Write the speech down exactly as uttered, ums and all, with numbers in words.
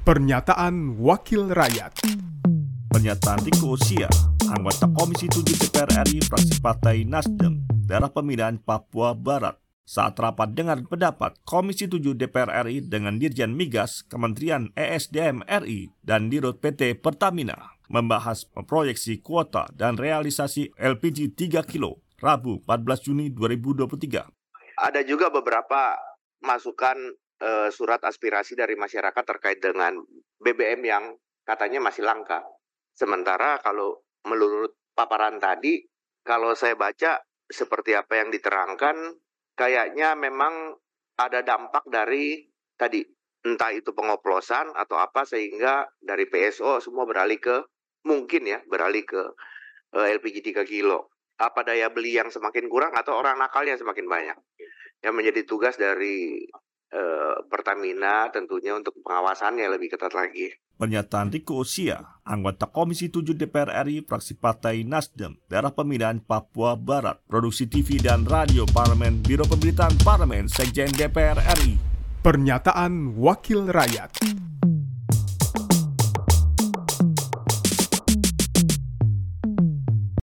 Pernyataan Wakil Rakyat. Pernyataan Riko Sia, anggota Komisi tujuh D P R R I fraksi Partai Nasdem, daerah pemilihan Papua Barat, saat rapat dengan pendapat Komisi tujuh D P R R I dengan Dirjen Migas, Kementerian E S D M R I, dan Dirut P T Pertamina, membahas proyeksi kuota dan realisasi L P G tiga kilo, Rabu empat belas Juni dua ribu dua puluh tiga. Ada juga beberapa masukan e, surat aspirasi dari masyarakat terkait dengan B B M yang katanya masih langka. Sementara kalau menurut paparan tadi, kalau saya baca seperti apa yang diterangkan, kayaknya memang ada dampak dari tadi, entah itu pengoplosan atau apa, sehingga dari P S O semua beralih ke, mungkin ya, beralih ke e, L P G tiga kilo. Apa daya beli yang semakin kurang atau orang nakalnya semakin banyak. Yang menjadi tugas dari e, Pertamina tentunya untuk pengawasannya lebih ketat lagi. Pernyataan Riko Sia, anggota Komisi tujuh D P R R I fraksi Partai Nasdem, daerah pemilihan Papua Barat, Produksi T V dan Radio Parlemen, Biro Pemberitaan Parlemen, Sekjen D P R R I. Pernyataan Wakil Rakyat.